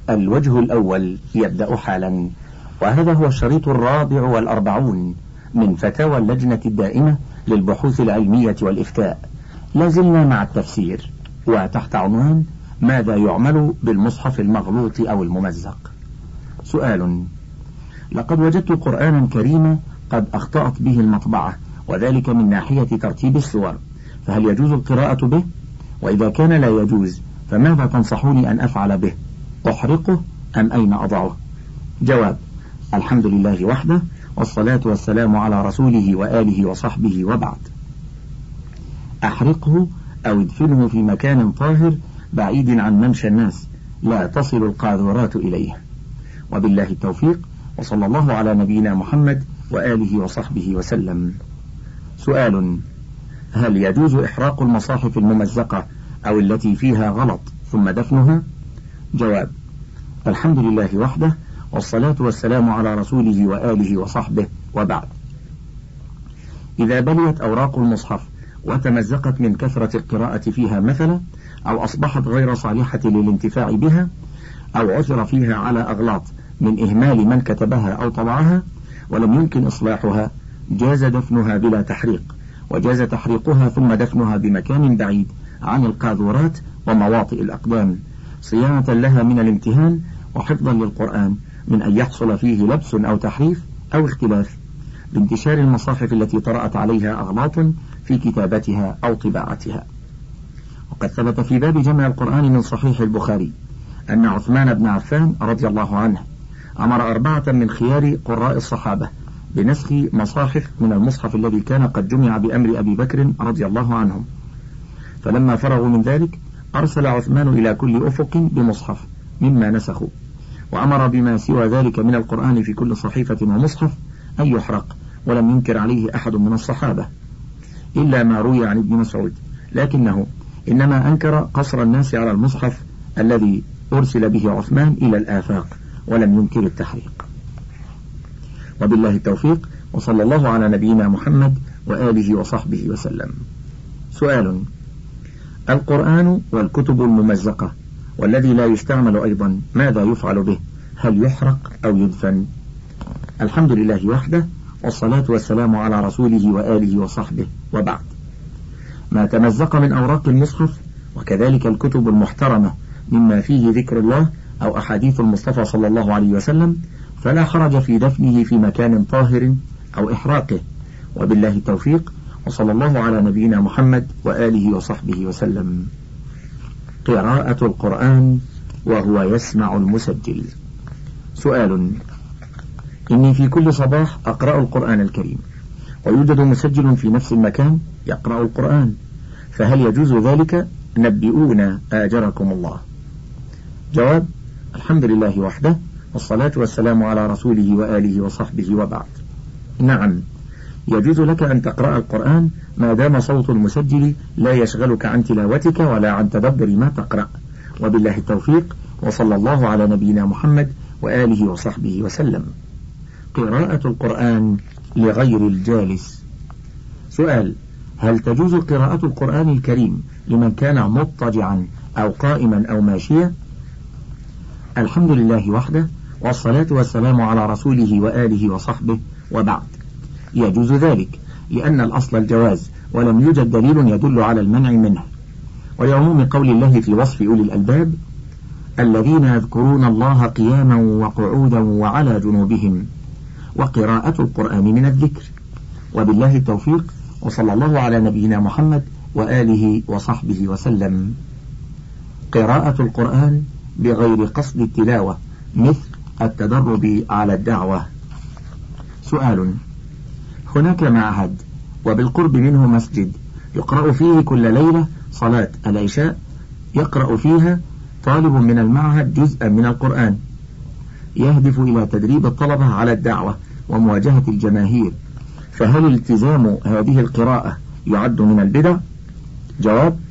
الوجه الأول يبدأ حالا، وهذا هو الشريط 44 من فتاوى اللجنة الدائمة للبحوث العلمية والإفتاء. لازلنا مع التفسير، وتحت عنوان ماذا يعمل بالمصحف المغلوط أو الممزق. سؤال: لقد وجدت قرآنا كريما قد أخطأت به المطبعة، وذلك من ناحية ترتيب السور، فهل يجوز القراءة به؟ وإذا كان لا يجوز فماذا تنصحوني أن أفعل به؟ أحرقه أم أين أضعه؟ جواب: الحمد لله وحده، والصلاة والسلام على رسوله وآله وصحبه، وبعد. أحرقه أو ادفنه في مكان طاهر بعيد عن ممشى الناس لا تصل القاذورات إليه، وبالله التوفيق، وصلى الله على نبينا محمد وآله وصحبه وسلم. سؤال: هل يجوز إحراق المصاحف الممزقة أو التي فيها غلط ثم دفنها؟ جواب: الحمد لله وحده، والصلاة والسلام على رسوله وآله وصحبه، وبعد. إذا بليت أوراق المصحف وتمزقت من كثرة القراءة فيها مثلا، أو أصبحت غير صالحة للانتفاع بها، أو عثر فيها على أغلاط من إهمال من كتبها أو طبعها ولم يمكن إصلاحها، جاز دفنها بلا تحريق، وجاز تحريقها ثم دفنها بمكان بعيد عن القاذورات ومواطئ الأقدام، صيانة لها من الامتهان، وحفظا للقرآن من أن يحصل فيه لبس أو تحريف أو اختلاف بانتشار المصاحف التي طرأت عليها أغلاط في كتابتها أو طباعتها. وقد ثبت في باب جمع القرآن من صحيح البخاري أن عثمان بن عفان رضي الله عنه أمر 4 من خيار قراء الصحابة بنسخ مصاحف من المصحف الذي كان قد جمع بأمر أبي بكر رضي الله عنهم، فلما فرغوا من ذلك أرسل عثمان إلى كل أفق بمصحف مما نسخوا، وأمر بما سوى ذلك من القرآن في كل صحيفة ومصحف أن يحرق، ولم ينكر عليه أحد من الصحابة إلا ما روي عن ابن مسعود، لكنه إنما أنكر قصر الناس على المصحف الذي أرسل به عثمان إلى الآفاق، ولم ينكر التحريق. وبالله التوفيق، وصلى الله على نبينا محمد وآله وصحبه وسلم. سؤال: القرآن والكتب الممزقة والذي لا يستعمل أيضا ماذا يفعل به؟ هل يحرق أو يدفن؟ الحمد لله وحده، والصلاة والسلام على رسوله وآله وصحبه، وبعد. ما تمزق من أوراق المصحف وكذلك الكتب المحترمة مما فيه ذكر الله أو أحاديث المصطفى صلى الله عليه وسلم، فلا حرج في دفنه في مكان طاهر أو إحراقه، وبالله التوفيق، وصلى الله على نبينا محمد وآله وصحبه وسلم. قراءة القرآن وهو يسمع المسجل. سؤال: إني في كل صباح أقرأ القرآن الكريم، ويوجد مسجل في نفس المكان يقرأ القرآن، فهل يجوز ذلك؟ نبئونا آجركم الله. جواب: الحمد لله وحده، والصلاة والسلام على رسوله وآله وصحبه، وبعد. نعم، يجوز لك أن تقرأ القرآن ما دام صوت المسجل لا يشغلك عن تلاوتك ولا عن تدبر ما تقرأ، وبالله التوفيق، وصلى الله على نبينا محمد وآله وصحبه وسلم. قراءة القرآن لغير الجالس. سؤال: هل تجوز قراءة القرآن الكريم لمن كان مضطجعا أو قائما أو ماشيا؟ الحمد لله وحده، والصلاة والسلام على رسوله وآله وصحبه، وبعد. يجوز ذلك لأن الأصل الجواز، ولم يوجد دليل يدل على المنع منه، ولعموم قول الله في وصف أولي الألباب: الذين يذكرون الله قياما وقعودا وعلى جنوبهم، وقراءة القرآن من الذكر. وبالله التوفيق، وصلى الله على نبينا محمد وآله وصحبه وسلم. قراءة القرآن بغير قصد التلاوة مثل التدرب على الدعوة. سؤال: هناك معهد وبالقرب منه مسجد يقرأ فيه كل ليلة صلاة العشاء، يقرأ فيها طالب من المعهد جزءا من القرآن، يهدف إلى تدريب الطلبة على الدعوة ومواجهة الجماهير، فهل التزام هذه القراءة يعد من البدع؟ جواب: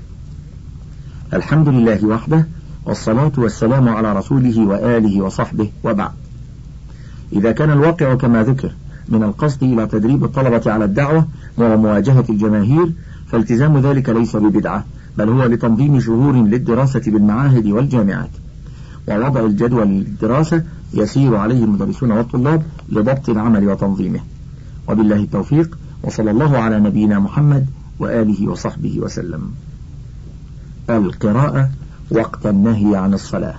الحمد لله وحده، والصلاة والسلام على رسوله وآله وصحبه، وبعد. إذا كان الواقع كما ذكر من القصد إلى تدريب الطلبة على الدعوة ومواجهة الجماهير، فالتزام ذلك ليس ببدعة، بل هو لتنظيم شهور للدراسة بالمعاهد والجامعات. ووضع الجدول للدراسة يسير عليه المدرسون والطلاب لضبط العمل وتنظيمه. وبالله التوفيق، وصلى الله على نبينا محمد وآله وصحبه وسلم. القراءة وقت النهي عن الصلاة.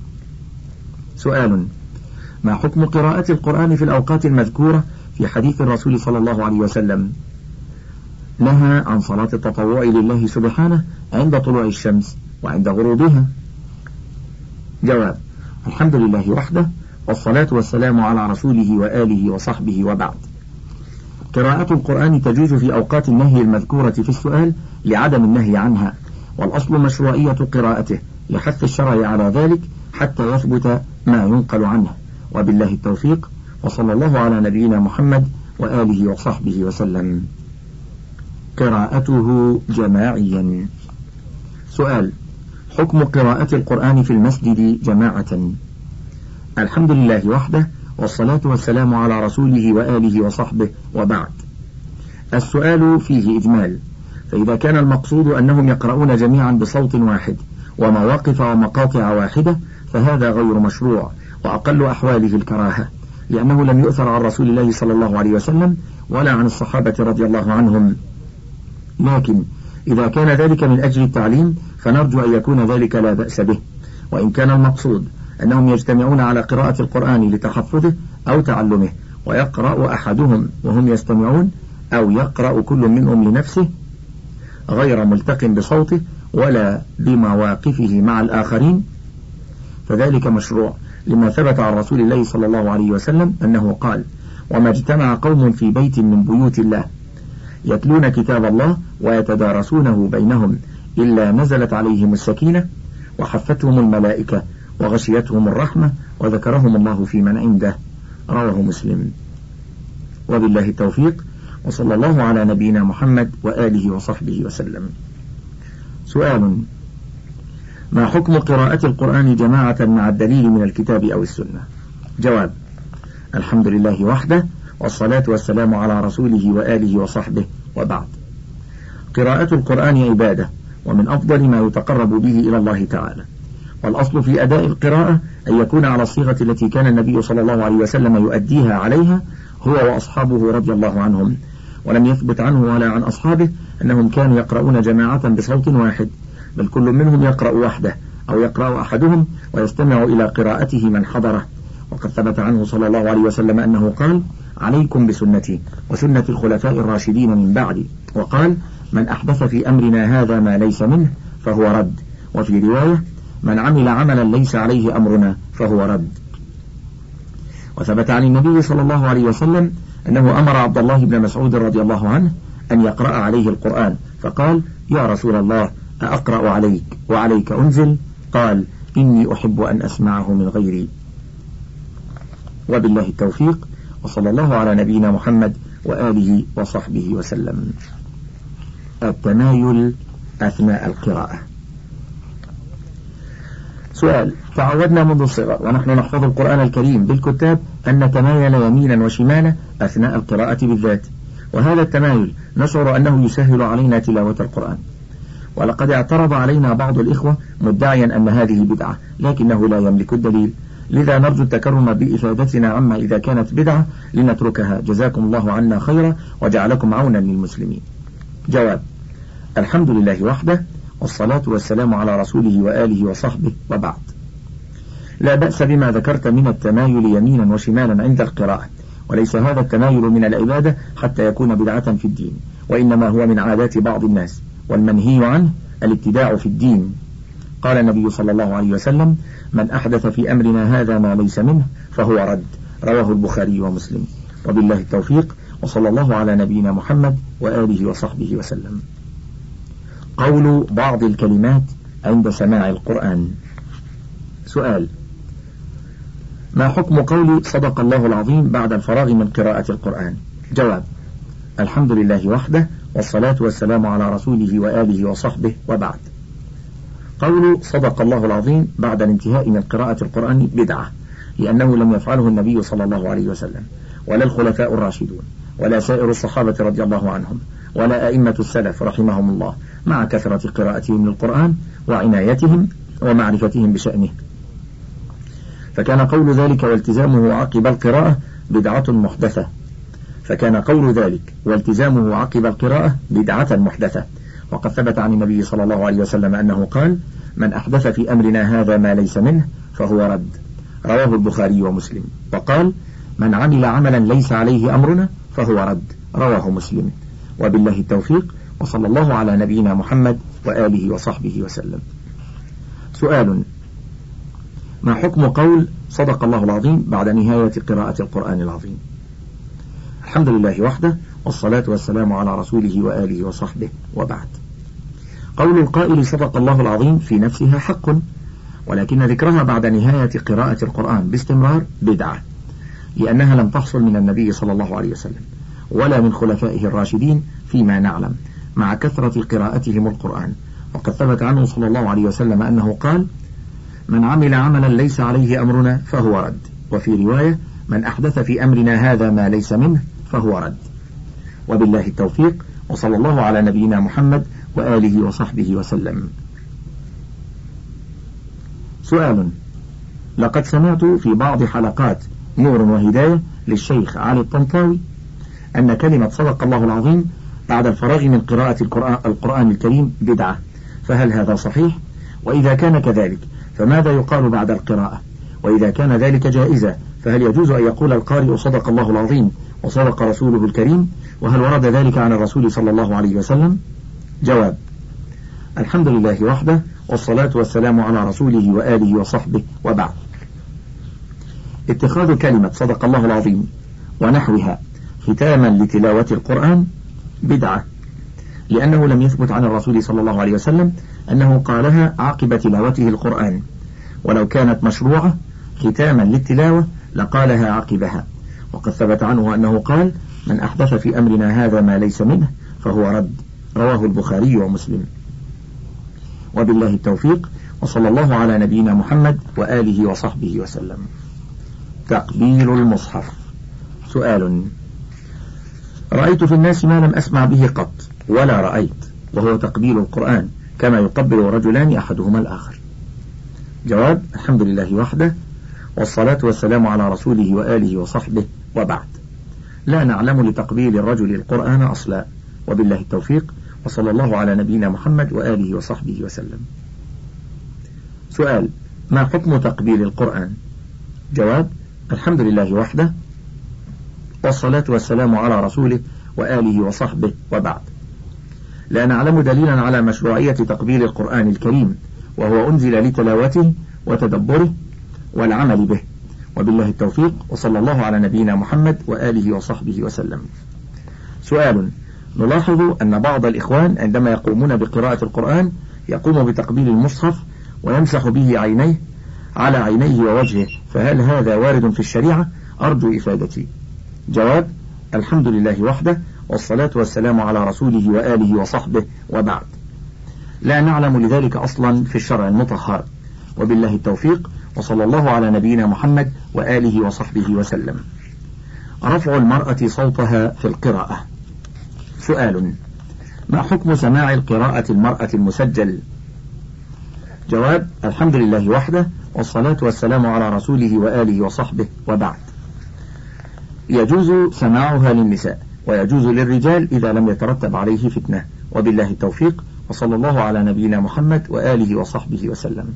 سؤال: ما حكم قراءة القرآن في الأوقات المذكورة في حديث الرسول صلى الله عليه وسلم؟ نهى عن صلاة التطوع لله سبحانه عند طلوع الشمس وعند غروبها. جواب: الحمد لله وحده، والصلاة والسلام على رسوله وآله وصحبه، وبعد. قراءة القرآن تجوز في أوقات النهي المذكورة في السؤال لعدم النهي عنها، والأصل مشروعية قراءته لحث الشرع على ذلك حتى يثبت ما ينقل عنه. وبالله التوفيق، وصلى الله على نبينا محمد وآله وصحبه وسلم. قراءته جماعيا. سؤال: حكم قراءة القرآن في المسجد جماعة. الحمد لله وحده، والصلاة والسلام على رسوله وآله وصحبه، وبعد. السؤال فيه إجمال، فإذا كان المقصود أنهم يقرؤون جميعا بصوت واحد ومواقف ومقاطع واحدة فهذا غير مشروع، وأقل أحواله الكراهة، لأنه لم يؤثر عن رسول الله صلى الله عليه وسلم ولا عن الصحابة رضي الله عنهم. لكن إذا كان ذلك من أجل التعليم فنرجو أن يكون ذلك لا بأس به. وإن كان المقصود أنهم يجتمعون على قراءة القرآن لتحفظه أو تعلمه، ويقرأ أحدهم وهم يستمعون، أو يقرأ كل منهم لنفسه غير ملتق بصوته ولا بمواقفه مع الآخرين، فذلك مشروع، لما ثبت عن رسول الله صلى الله عليه وسلم أنه قال: وما اجتمع قوم في بيت من بيوت الله يتلون كتاب الله ويتدارسونه بينهم إلا نزلت عليهم السكينة وحفتهم الملائكة وغشيتهم الرحمة وذكرهم الله في من عنده. رواه مسلم. وبالله التوفيق، وصلى الله على نبينا محمد وآله وصحبه وسلم. سؤال: ما حكم قراءة القرآن جماعة مع الدليل من الكتاب أو السنة؟ جواب: الحمد لله وحده، والصلاة والسلام على رسوله وآله وصحبه، وبعد. قراءة القرآن عبادة، ومن أفضل ما يتقرب به إلى الله تعالى، والأصل في أداء القراءة أن يكون على الصيغة التي كان النبي صلى الله عليه وسلم يؤديها عليها هو وأصحابه رضي الله عنهم، ولم يثبت عنه ولا عن أصحابه أنهم كانوا يقرؤون جماعة بصوت واحد، بل كل منهم يقرأ وحده أو يقرأ أحدهم ويستمع إلى قراءته من حضره. وقد ثبت عنه صلى الله عليه وسلم أنه قال: عليكم بسنتي وسنة الخلفاء الراشدين من بعدي، وقال: من أحدث في أمرنا هذا ما ليس منه فهو رد، وفي رواية: من عمل عملا ليس عليه أمرنا فهو رد. وثبت عن النبي صلى الله عليه وسلم أنه أمر عبد الله بن مسعود رضي الله عنه أن يقرأ عليه القرآن، فقال: يا رسول الله، أقرأ عليك وعليك أنزل؟ قال: إني أحب أن أسمعه من غيري. وبالله التوفيق، وصلى الله على نبينا محمد وآله وصحبه وسلم. التمايل أثناء القراءة. سؤال: تعودنا منذ الصغر ونحن نحفظ القرآن الكريم بالكتاب أن نتمايل يمينا وشمالا أثناء القراءة بالذات، وهذا التمايل نشعر أنه يسهل علينا تلاوة القرآن، ولقد اعترض علينا بعض الإخوة مدعيا أن هذه بدعة، لكنه لا يملك الدليل، لذا نرجو التكرم بإفادتنا عما إذا كانت بدعة لنتركها، جزاكم الله عنا خيرا وجعلكم عونا للمسلمين. جواب: الحمد لله وحده، والصلاة والسلام على رسوله وآله وصحبه، وبعد. لا بأس بما ذكرت من التمايل يمينا وشمالا عند القراءة، وليس هذا التمايل من العبادة حتى يكون بدعة في الدين، وإنما هو من عادات بعض الناس، والمنهي عنه الابتداع في الدين. قال النبي صلى الله عليه وسلم: من أحدث في أمرنا هذا ما ليس منه فهو رد. رواه البخاري ومسلم. وبالله التوفيق، وصلى الله على نبينا محمد وآله وصحبه وسلم. قول بعض الكلمات عند سماع القرآن. سؤال: ما حكم قول صدق الله العظيم بعد الفراغ من قراءة القرآن؟ جواب: الحمد لله وحده، والصلاة والسلام على رسوله وآله وصحبه، وبعد. قول صدق الله العظيم بعد الانتهاء من قراءة القرآن بدعة، لأنه لم يفعله النبي صلى الله عليه وسلم، ولا الخلفاء الراشدون، ولا سائر الصحابة رضي الله عنهم، ولا أئمة السلف رحمهم الله، مع كثرة قراءتهم للقرآن وعنايتهم ومعرفتهم بشأنه. فكان قول ذلك والتزامه عقب القراءة بدعة محدثة. وقد ثبت عن النبي صلى الله عليه وسلم أنه قال: من أحدث في أمرنا هذا ما ليس منه فهو رد، رواه البخاري ومسلم. وقال: من عمل عملا ليس عليه أمرنا فهو رد، رواه مسلم. وبالله التوفيق، وصلى الله على نبينا محمد وآله وصحبه وسلم. سؤال: ما حكم قول صدق الله العظيم بعد نهاية قراءة القرآن العظيم؟ الحمد لله وحده، والصلاة والسلام على رسوله وآله وصحبه، وبعد. قول القائل صدق الله العظيم في نفسها حق، ولكن ذكرها بعد نهاية قراءة القرآن باستمرار بدعة، لأنها لم تحصل من النبي صلى الله عليه وسلم ولا من خلفائه الراشدين فيما نعلم، مع كثرة قراءتهم القرآن. وقد ثبت عنه صلى الله عليه وسلم أنه قال: من عمل عملا ليس عليه أمرنا فهو رد، وفي رواية: من أحدث في أمرنا هذا ما ليس منه فهو رد. وبالله التوفيق، وصلى الله على نبينا محمد وآله وصحبه وسلم. سؤال: لقد سمعت في بعض حلقات نور وهداية للشيخ علي الطنطاوي أن كلمة صدق الله العظيم بعد الفراغ من قراءة القرآن الكريم بدعة، فهل هذا صحيح؟ وإذا كان كذلك فماذا يقال بعد القراءة؟ وإذا كان ذلك جائزا فهل يجوز أن يقول القارئ صدق الله العظيم وصدق رسوله الكريم؟ وهل ورد ذلك عن الرسول صلى الله عليه وسلم؟ جواب: الحمد لله وحده، والصلاة والسلام على رسوله وآله وصحبه، وبعد. اتخاذ كلمة صدق الله العظيم ونحوها ختاما لتلاوة القرآن بدعة، لأنه لم يثبت عن الرسول صلى الله عليه وسلم أنه قالها عقب تلاوته القرآن، ولو كانت مشروعة ختاما للتلاوة لقالها عقبها. وقد ثبت عنه أنه قال: من أحدث في أمرنا هذا ما ليس منه فهو رد، رواه البخاري ومسلم. وبالله التوفيق، وصلى الله على نبينا محمد وآله وصحبه وسلم. تقبيل المصحف. سؤال: رأيت في الناس ما لم أسمع به قط ولا رأيت، وهو تقبيل القرآن كما يقبل رجلان أحدهما الآخر. جواب: الحمد لله وحده، والصلاة والسلام على رسوله وآله وصحبه، وبعد. لا نعلم لتقبيل الرجل القرآن أصلا، وبالله التوفيق، وصلى الله على نبينا محمد وآله وصحبه وسلم. سؤال: ما حكم تقبيل القرآن؟ جواب: الحمد لله وحده، والصلاة والسلام على رسوله وآله وصحبه، وبعد. لا نعلم دليلا على مشروعية تقبيل القرآن الكريم، وهو أنزل لتلاوته وتدبره والعمل به، وبالله التوفيق، وصلى الله على نبينا محمد وآله وصحبه وسلم. سؤال: نلاحظ أن بعض الإخوان عندما يقومون بقراءة القرآن يقوم بتقبيل المصحف ويمسح به عينيه على عينيه ووجهه، فهل هذا وارد في الشريعة؟ أرجو إفادتي. جواب: الحمد لله وحده، والصلاة والسلام على رسوله وآله وصحبه، وبعد. لا نعلم لذلك أصلا في الشرع المطهر، وبالله التوفيق، وصلى الله على نبينا محمد وآله وصحبه وسلم. رفع المرأة صوتها في القراءة. سؤال: ما حكم سماع القراءة المرأة المسجل؟ جواب: الحمد لله وحده، والصلاة والسلام على رسوله وآله وصحبه، وبعد. يجوز سماعها للنساء، ويجوز للرجال إذا لم يترتب عليه فتنة، وبالله التوفيق، وصلى الله على نبينا محمد وآله وصحبه وسلم.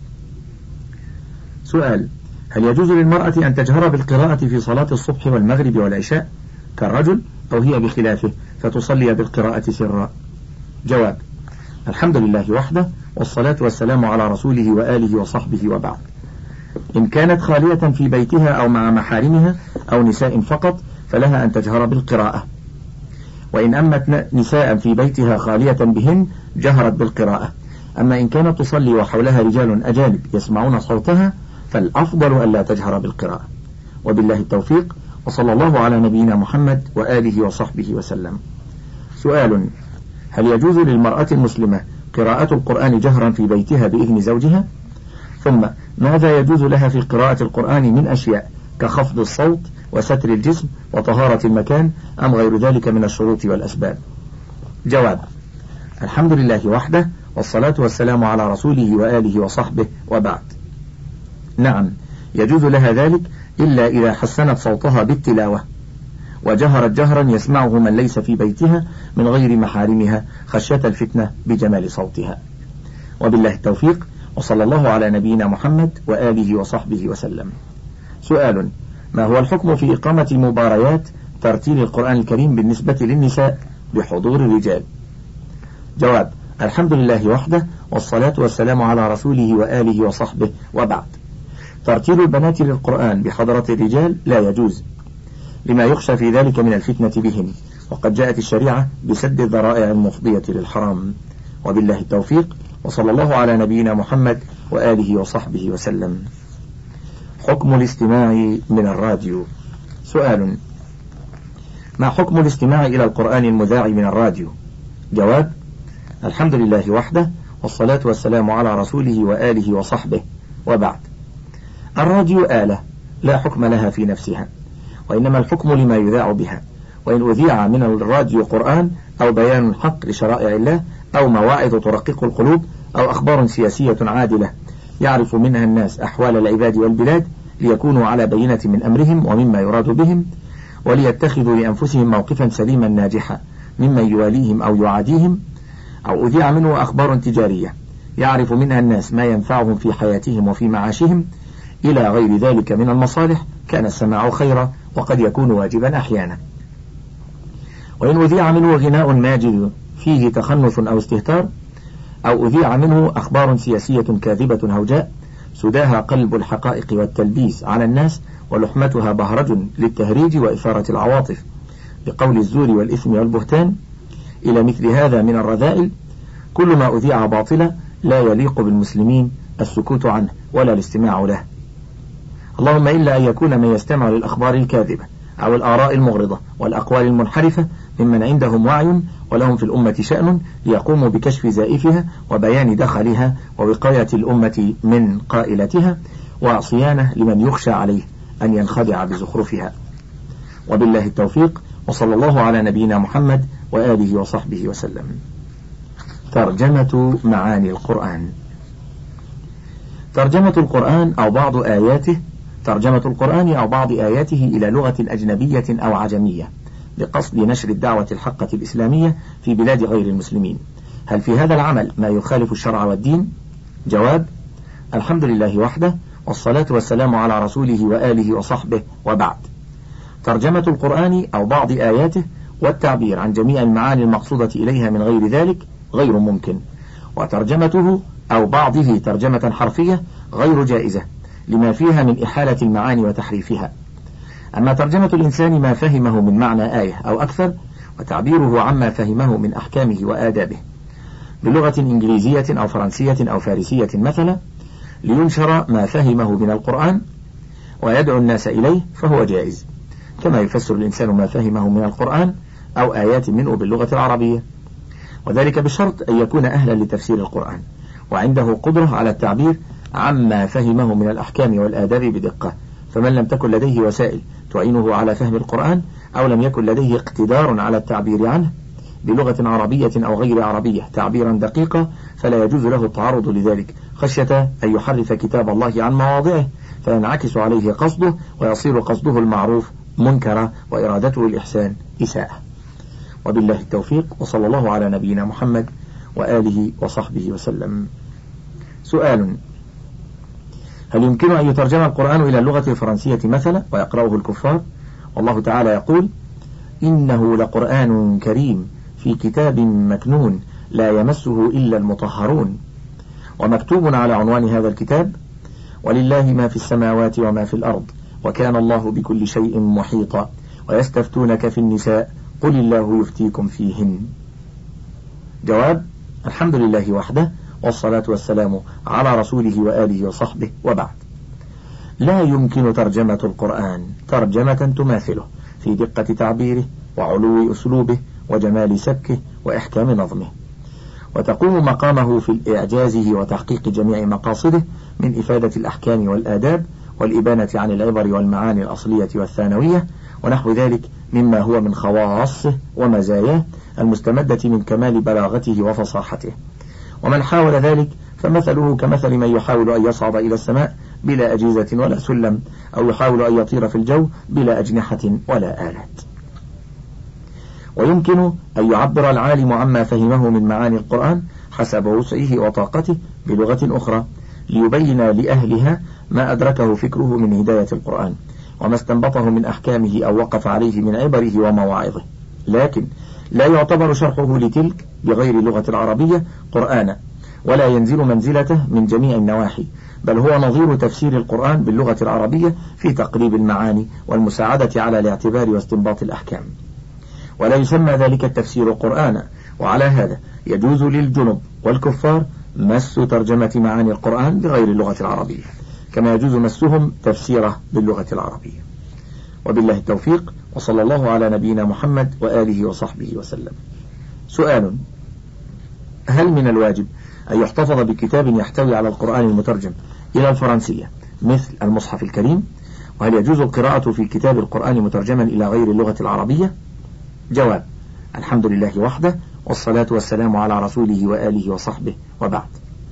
سؤال: هل يجوز للمرأة أن تجهر بالقراءة في صلاة الصبح والمغرب والعشاء كالرجل، أو هي بخلافه فتصلي بالقراءة سرا؟ جواب: الحمد لله وحده، والصلاة والسلام على رسوله وآله وصحبه، وبعد. إن كانت خالية في بيتها أو مع محارمها أو نساء فقط فلها أن تجهر بالقراءة، وإن أمت نساء في بيتها خالية بهن جهرت بالقراءة. أما إن كانت تصلي وحولها رجال أجانب يسمعون صوتها فالأفضل ألا تجهر بالقراءة، وبالله التوفيق، وصلى الله على نبينا محمد وآله وصحبه وسلم. سؤال: هل يجوز للمرأة المسلمة قراءة القرآن جهرا في بيتها بإذن زوجها؟ ثم ماذا يجوز لها في قراءة القرآن من أشياء كخفض الصوت وستر الجسم وطهارة المكان، أم غير ذلك من الشروط والأسباب؟ جواب: الحمد لله وحده، والصلاة والسلام على رسوله وآله وصحبه، وبعد. نعم، يجوز لها ذلك إلا إذا حسنت صوتها بالتلاوة وجهرت جهرا يسمعه من ليس في بيتها من غير محارمها خشية الفتنة بجمال صوتها. وبالله التوفيق، وصلى الله على نبينا محمد وآله وصحبه وسلم. سؤال: ما هو الحكم في إقامة مباريات ترتيل القرآن الكريم بالنسبة للنساء بحضور الرجال؟ جواب: الحمد لله وحده، والصلاة والسلام على رسوله وآله وصحبه، وبعد. ترتيل البنات للقرآن بحضرة الرجال لا يجوز، لما يخشى في ذلك من الفتنة بهم، وقد جاءت الشريعة بسد الذرائع المفضية للحرام. وبالله التوفيق، وصلى الله على نبينا محمد وآله وصحبه وسلم. حكم الاستماع من الراديو. سؤال: ما حكم الاستماع إلى القرآن المذاع من الراديو؟ جواب: الحمد لله وحده، والصلاة والسلام على رسوله وآله وصحبه، وبعد. الراديو آلة لا حكم لها في نفسها، وإنما الحكم لما يذاع بها، وإن أذيع من الراديو قرآن أو بيان حق لشرائع الله أو مواعظ ترقق القلوب أو أخبار سياسية عادلة يعرف منها الناس أحوال العباد والبلاد ليكونوا على بينة من أمرهم ومما يراد بهم، وليتخذوا لأنفسهم موقفا سليما ناجحا ممن يواليهم أو يعاديهم، أو أذيع منه أخبار تجارية يعرف منها الناس ما ينفعهم في حياتهم وفي معاشهم إلى غير ذلك من المصالح، كان السماع خيرا، وقد يكون واجبا أحيانا. وإن أذيع منه غناء ماجد فيه تخنث أو استهتار، أو أذيع منه أخبار سياسية كاذبة هوجاء سداها قلب الحقائق والتلبيس على الناس ولحمتها بهرج للتهريج وإثارة العواطف بقول الزور والإثم والبهتان، إلى مثل هذا من الرذائل، كل ما أذيع باطلا لا يليق بالمسلمين السكوت عنه ولا الاستماع له، اللهم إلا أن يكون من يستمع للأخبار الكاذبة أو الآراء المغرضة والأقوال المنحرفة ممن عندهم وعي ولهم في الأمة شأن ليقوموا بكشف زائفها وبيان دخلها ووقاية الأمة من قائلتها وصيانة لمن يخشى عليه أن ينخدع بزخرفها. وبالله التوفيق، وصلى الله على نبينا محمد وآله وصحبه وسلم. ترجمة معاني القرآن. ترجمة القرآن أو بعض آياته، ترجمة القرآن أو بعض آياته إلى لغة أجنبية أو عجمية بقصد نشر الدعوة الحقة الإسلامية في بلاد غير المسلمين. هل في هذا العمل ما يخالف الشرع والدين؟ جواب: الحمد لله وحده، والصلاة والسلام على رسوله وآله وصحبه، وبعد. ترجمة القرآن أو بعض آياته والتعبير عن جميع المعاني المقصودة إليها من غير ذلك غير ممكن، وترجمته أو بعضه ترجمة حرفية غير جائزة لما فيها من إحالة المعاني وتحريفها. أما ترجمة الإنسان ما فهمه من معنى آية أو أكثر وتعبيره عما فهمه من أحكامه وآدابه بلغة إنجليزية أو فرنسية أو فارسية مثلا لينشر ما فهمه من القرآن ويدعو الناس إليه، فهو جائز، كما يفسر الإنسان ما فهمه من القرآن أو آيات منه باللغة العربية، وذلك بشرط أن يكون أهلا لتفسير القرآن وعنده قدرة على التعبير عما فهمه من الأحكام والآداب بدقة. فمن لم تكن لديه وسائل تعينه على فهم القرآن أو لم يكن لديه اقتدار على التعبير عنه بلغة عربية أو غير عربية تعبيرا دقيقا، فلا يجوز له التعرض لذلك خشية أن يحرف كتاب الله عن مواضعه فينعكس عليه قصده ويصير قصده المعروف منكرا وإرادته الإحسان إساءة. وبالله التوفيق، وصلى الله على نبينا محمد وآله وصحبه وسلم. سؤال: هل يمكن أن يترجم القرآن إلى اللغة الفرنسية مثلا ويقرأه الكفار؟ والله تعالى يقول: إنه لقرآن كريم في كتاب مكنون لا يمسه إلا المطهرون. ومكتوب على عنوان هذا الكتاب: ولله ما في السماوات وما في الأرض وكان الله بكل شيء محيطا ويستفتونك في النساء قل الله يفتيكم فيهن. جواب: الحمد لله وحده، والصلاة والسلام على رسوله وآله وصحبه، وبعد. لا يمكن ترجمة القرآن ترجمة تماثله في دقة تعبيره وعلو أسلوبه وجمال سبكه وإحكام نظمه، وتقوم مقامه في إعجازه وتحقيق جميع مقاصده من إفادة الأحكام والآداب والإبانة عن العبر والمعاني الأصلية والثانوية ونحو ذلك مما هو من خواصه ومزاياه المستمدة من كمال بلاغته وفصاحته. ومن حاول ذلك فمثله كمثل من يحاول أن يصعد إلى السماء بلا أجهزة ولا سلم، أو يحاول أن يطير في الجو بلا أجنحة ولا آلات. ويمكن أن يعبر العالم عما فهمه من معاني القرآن حسب وسعه وطاقته بلغة أخرى، ليبين لأهلها ما أدركه فكره من هداية القرآن وما استنبطه من أحكامه أو وقف عليه من عبره ومواعظه، لكن لا يعتبر شرحه لتلك بغير اللغة العربية قرآنا، ولا ينزل منزلته من جميع النواحي، بل هو نظير تفسير القرآن باللغة العربية في تقريب المعاني والمساعدة على الاعتبار واستنباط الأحكام، ولا يسمى ذلك التفسير قرآنا. وعلى هذا يجوز للجنب والكفار مس ترجمة معاني القرآن بغير اللغة العربية، كما يجوز مسهم تفسيره باللغة العربية. وبالله التوفيق، وصلى الله على نبينا محمد وآله وصحبه وسلم. سؤال: هل من الواجب أن يحتفظ بكتاب يحتوي على القرآن المترجم إلى الفرنسية مثل المصحف الكريم؟ وهل يجوز القراءة في كتاب القرآن مترجما إلى غير اللغة العربية؟ جواب: الحمد لله وحده، والصلاة والسلام على رسوله وآله وصحبه، وبعد.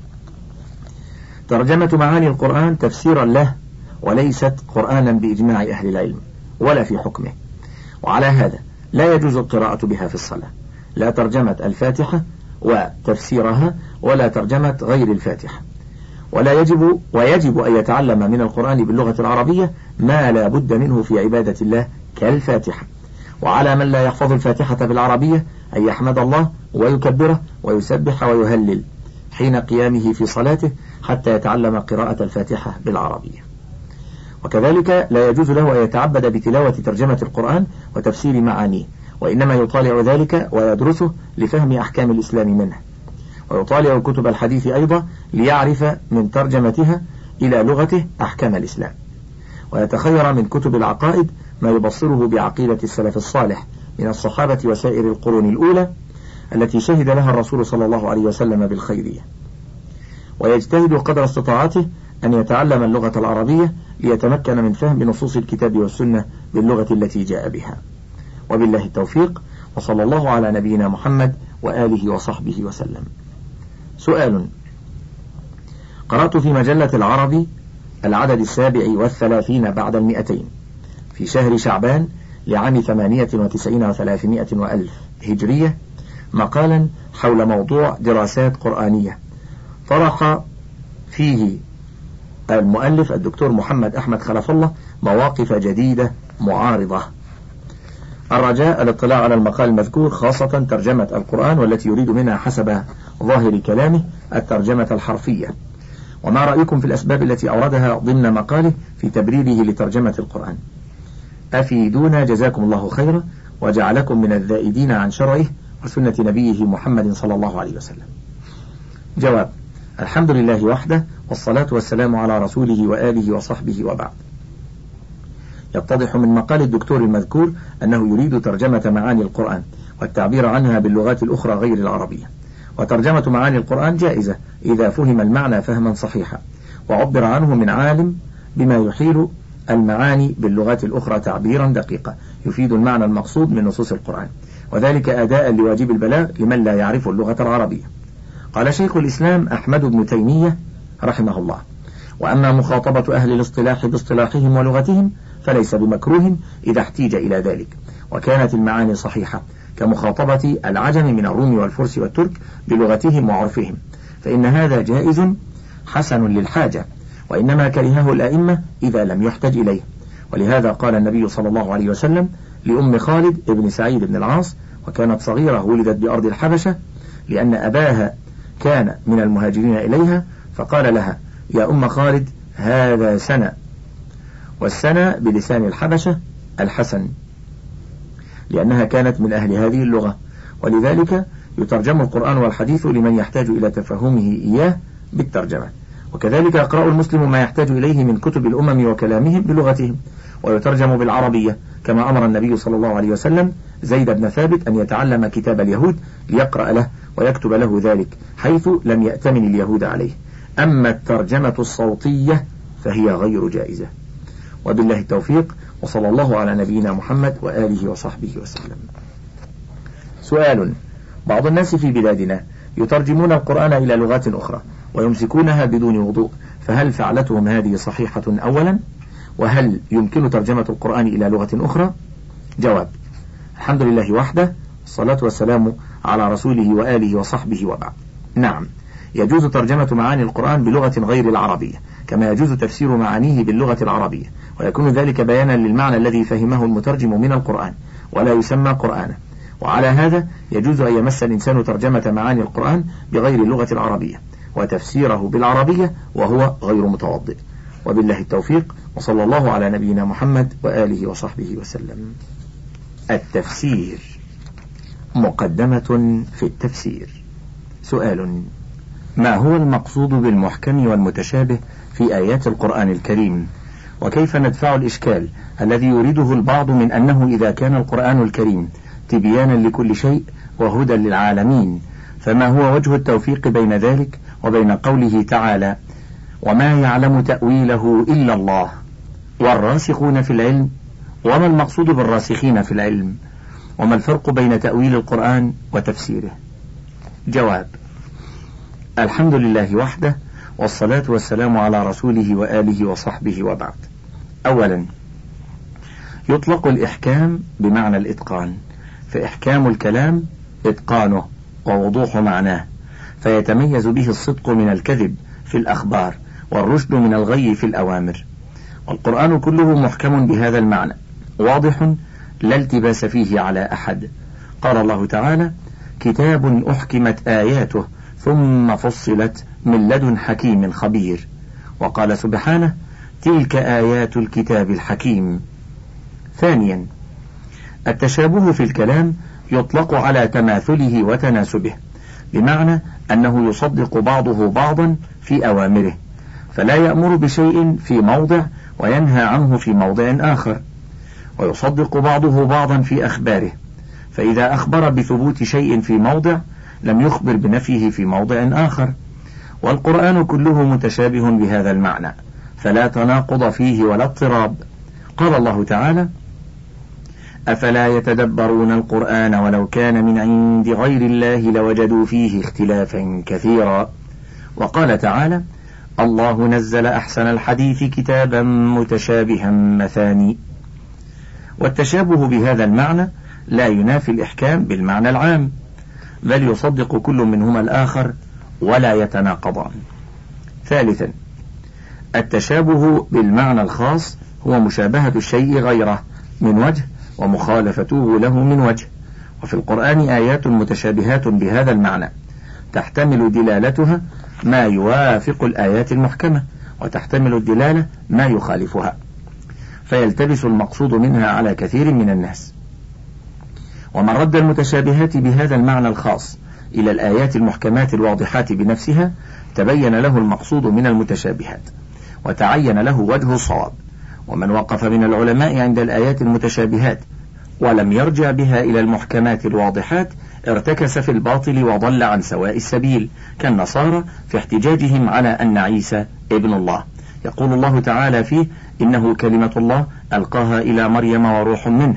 ترجمة معاني القرآن تفسيرا له، وليست قرآنا بإجماع أهل العلم ولا في حكمه، وعلى هذا لا يجوز القراءة بها في الصلاة، لا ترجمة الفاتحة وتفسيرها ولا ترجمة غير الفاتحة، ويجب أن يتعلم من القرآن باللغة العربية ما لا بد منه في عبادة الله كالفاتحة. وعلى من لا يحفظ الفاتحة بالعربية أن يحمد الله ويكبره ويسبح ويهلل حين قيامه في صلاته حتى يتعلم قراءة الفاتحة بالعربية. وكذلك لا يجوز له أن يتعبد بتلاوة ترجمة القرآن وتفسير معانيه، وإنما يطالع ذلك ويدرسه لفهم أحكام الإسلام منه، ويطالع كتب الحديث أيضا ليعرف من ترجمتها إلى لغته أحكام الإسلام، ويتخير من كتب العقائد ما يبصره بعقيدة السلف الصالح من الصحابة وسائر القرون الأولى التي شهد لها الرسول صلى الله عليه وسلم بالخيرية، ويجتهد قدر استطاعته أن يتعلم اللغة العربية ليتمكن من فهم نصوص الكتاب والسنة باللغة التي جاء بها. وبالله التوفيق، وصلى الله على نبينا محمد وآله وصحبه وسلم. سؤال: قرأت في مجلة العربي العدد 37 بعد 200 في شهر شعبان لعام 98 و300 وألف هجرية مقالا حول موضوع دراسات قرآنية، طرح فيه المؤلف الدكتور محمد أحمد خلف الله مواقف جديدة معارضة. الرجاء الاطلاع على المقال المذكور، خاصة ترجمة القرآن والتي يريد منها حسب ظاهر كلامه الترجمة الحرفية. وما رأيكم في الأسباب التي أوردها ضمن مقاله في تبريره لترجمة القرآن؟ أفيدونا جزاكم الله خيرا، وجعلكم من الذائدين عن شرعه وسنة نبيه محمد صلى الله عليه وسلم. جواب: الحمد لله وحده، والصلاة والسلام على رسوله وآله وصحبه، وبعد. يتضح من مقال الدكتور المذكور أنه يريد ترجمة معاني القرآن والتعبير عنها باللغات الأخرى غير العربية، وترجمة معاني القرآن جائزة إذا فهم المعنى فهما صحيحا وعبر عنه من عالم بما يحيل المعاني باللغات الأخرى تعبيرا دقيقا يفيد المعنى المقصود من نصوص القرآن، وذلك أداء لواجب البلاغ لمن لا يعرف اللغة العربية. قال شيخ الإسلام أحمد بن تيمية رحمه الله: وأما مخاطبة أهل الاصطلاح باصطلاحهم ولغتهم فليس بمكروه إذا احتيج إلى ذلك، وكانت المعاني صحيحة، كمخاطبة العجم من الروم والفرس والترك بلغتهم وعرفهم، فإن هذا جائز حسن للحاجة، وإنما كرهه الأئمة إذا لم يحتج إليه. ولهذا قال النبي صلى الله عليه وسلم لأم خالد ابن سعيد بن العاص، وكانت صغيرة ولدت بأرض الحبشة لأن أباها كان من المهاجرين إليها، فقال لها: يا أم خالد، هذا سنة، والسنة بلسان الحبشة الحسن، لأنها كانت من أهل هذه اللغة، ولذلك يترجم القرآن والحديث لمن يحتاج إلى تفهمه إياه بالترجمة. وكذلك يقرأ المسلم ما يحتاج إليه من كتب الأمم وكلامهم بلغتهم، ويترجم بالعربية، كما أمر النبي صلى الله عليه وسلم زيد بن ثابت أن يتعلم كتاب اليهود ليقرأ له ويكتب له ذلك، حيث لم يأتمن اليهود عليه. أما الترجمة الصوتية فهي غير جائزة. وبالله التوفيق، وصلى الله على نبينا محمد وآله وصحبه وسلم. سؤال: بعض الناس في بلادنا يترجمون القرآن إلى لغات أخرى ويمسكونها بدون وضوء، فهل فعلتهم هذه صحيحة أولا؟ وهل يمكن ترجمة القرآن إلى لغة أخرى؟ جواب: الحمد لله وحده، الصلاة والسلام على رسوله وآله وصحبه وبعد. نعم، يجوز ترجمة معاني القرآن بلغة غير العربية، كما يجوز تفسير معانيه باللغة العربية، ويكون ذلك بيانا للمعنى الذي فهمه المترجم من القرآن، ولا يسمى قرآنا. وعلى هذا يجوز أن يمس الإنسان ترجمة معاني القرآن بغير اللغة العربية وتفسيره بالعربية وهو غير متوضئ. وبالله التوفيق، وصلى الله على نبينا محمد وآله وصحبه وسلم. التفسير. مقدمة في التفسير. سؤال: ما هو المقصود بالمحكم والمتشابه في آيات القرآن الكريم؟ وكيف ندفع الإشكال الذي يريده البعض من أنه إذا كان القرآن الكريم تبيانا لكل شيء وهدى للعالمين، فما هو وجه التوفيق بين ذلك وبين قوله تعالى: وما يعلم تأويله إلا الله، والراسخون في العلم؟ وما المقصود بالراسخين في العلم؟ وما الفرق بين تأويل القرآن وتفسيره؟ جواب: الحمد لله وحده، والصلاة والسلام على رسوله وآله وصحبه وبعد. أولا، يطلق الإحكام بمعنى الإتقان، فإحكام الكلام إتقانه ووضوح معناه، فيتميز به الصدق من الكذب في الأخبار والرشد من الغي في الأوامر. والقرآن كله محكم بهذا المعنى، واضح لا التباس فيه على أحد. قال الله تعالى: كتاب أحكمت آياته ثم فصلت من لدن حكيم خبير. وقال سبحانه: تلك آيات الكتاب الحكيم. ثانيا، التشابه في الكلام يطلق على تماثله وتناسبه، بمعنى أنه يصدق بعضه بعضا في أوامره، فلا يأمر بشيء في موضع وينهى عنه في موضع آخر، ويصدق بعضه بعضا في أخباره، فإذا أخبر بثبوت شيء في موضع لم يخبر بنفيه في موضع آخر. والقرآن كله متشابه بهذا المعنى، فلا تناقض فيه ولا اضطراب. قال الله تعالى: أفلا يتدبرون القرآن ولو كان من عند غير الله لوجدوا فيه اختلافا كثيرا. وقال تعالى: الله نزل أحسن الحديث كتابا متشابها مثاني. والتشابه بهذا المعنى لا ينافي الإحكام بالمعنى العام، بل يصدق كل منهما الآخر ولا يتناقضان. ثالثا، التشابه بالمعنى الخاص هو مشابهة الشيء غيره من وجه ومخالفته له من وجه. وفي القرآن آيات متشابهات بهذا المعنى، تحتمل دلالتها ما يوافق الآيات المحكمة، وتحتمل الدلالة ما يخالفها، فيلتبس المقصود منها على كثير من الناس. ومن رد المتشابهات بهذا المعنى الخاص إلى الآيات المحكمات الواضحات بنفسها تبين له المقصود من المتشابهات، وتعين له وجه الصواب. ومن وقف من العلماء عند الآيات المتشابهات ولم يرجع بها إلى المحكمات الواضحات ارتكس في الباطل وضل عن سواء السبيل، كالنصارى في احتجاجهم على أن عيسى ابن الله. يقول الله تعالى فيه: إنه كلمة الله ألقاها إلى مريم وروح منه.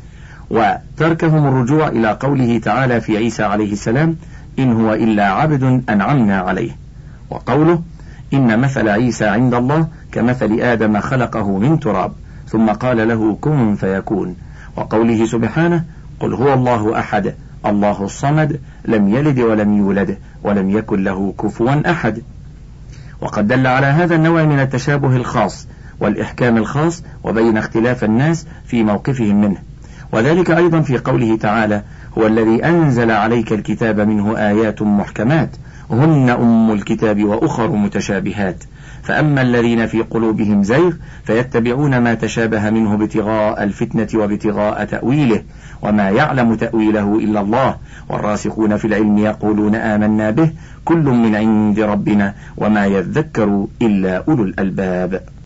وتركهم الرجوع إلى قوله تعالى في عيسى عليه السلام: إن هو إلا عبد أنعمنا عليه. وقوله: إن مثل عيسى عند الله كمثل آدم خلقه من تراب ثم قال له كن فيكون. وقوله سبحانه: قل هو الله أحد الله الصمد لم يلد ولم يولد ولم يكن له كفوا أحد. وقد دل على هذا النوع من التشابه الخاص والإحكام الخاص وبين اختلاف الناس في موقفهم منه، وذلك أيضا في قوله تعالى: هو الذي أنزل عليك الكتاب منه آيات محكمات هن أم الكتاب وأخر متشابهات، فأما الذين في قلوبهم زيغ فيتبعون ما تشابه منه ابتغاء الفتنة وابتغاء تأويله وما يعلم تأويله إلا الله، والراسخون في العلم يقولون آمنا به كل من عند ربنا وما يذكر إلا أولو الألباب.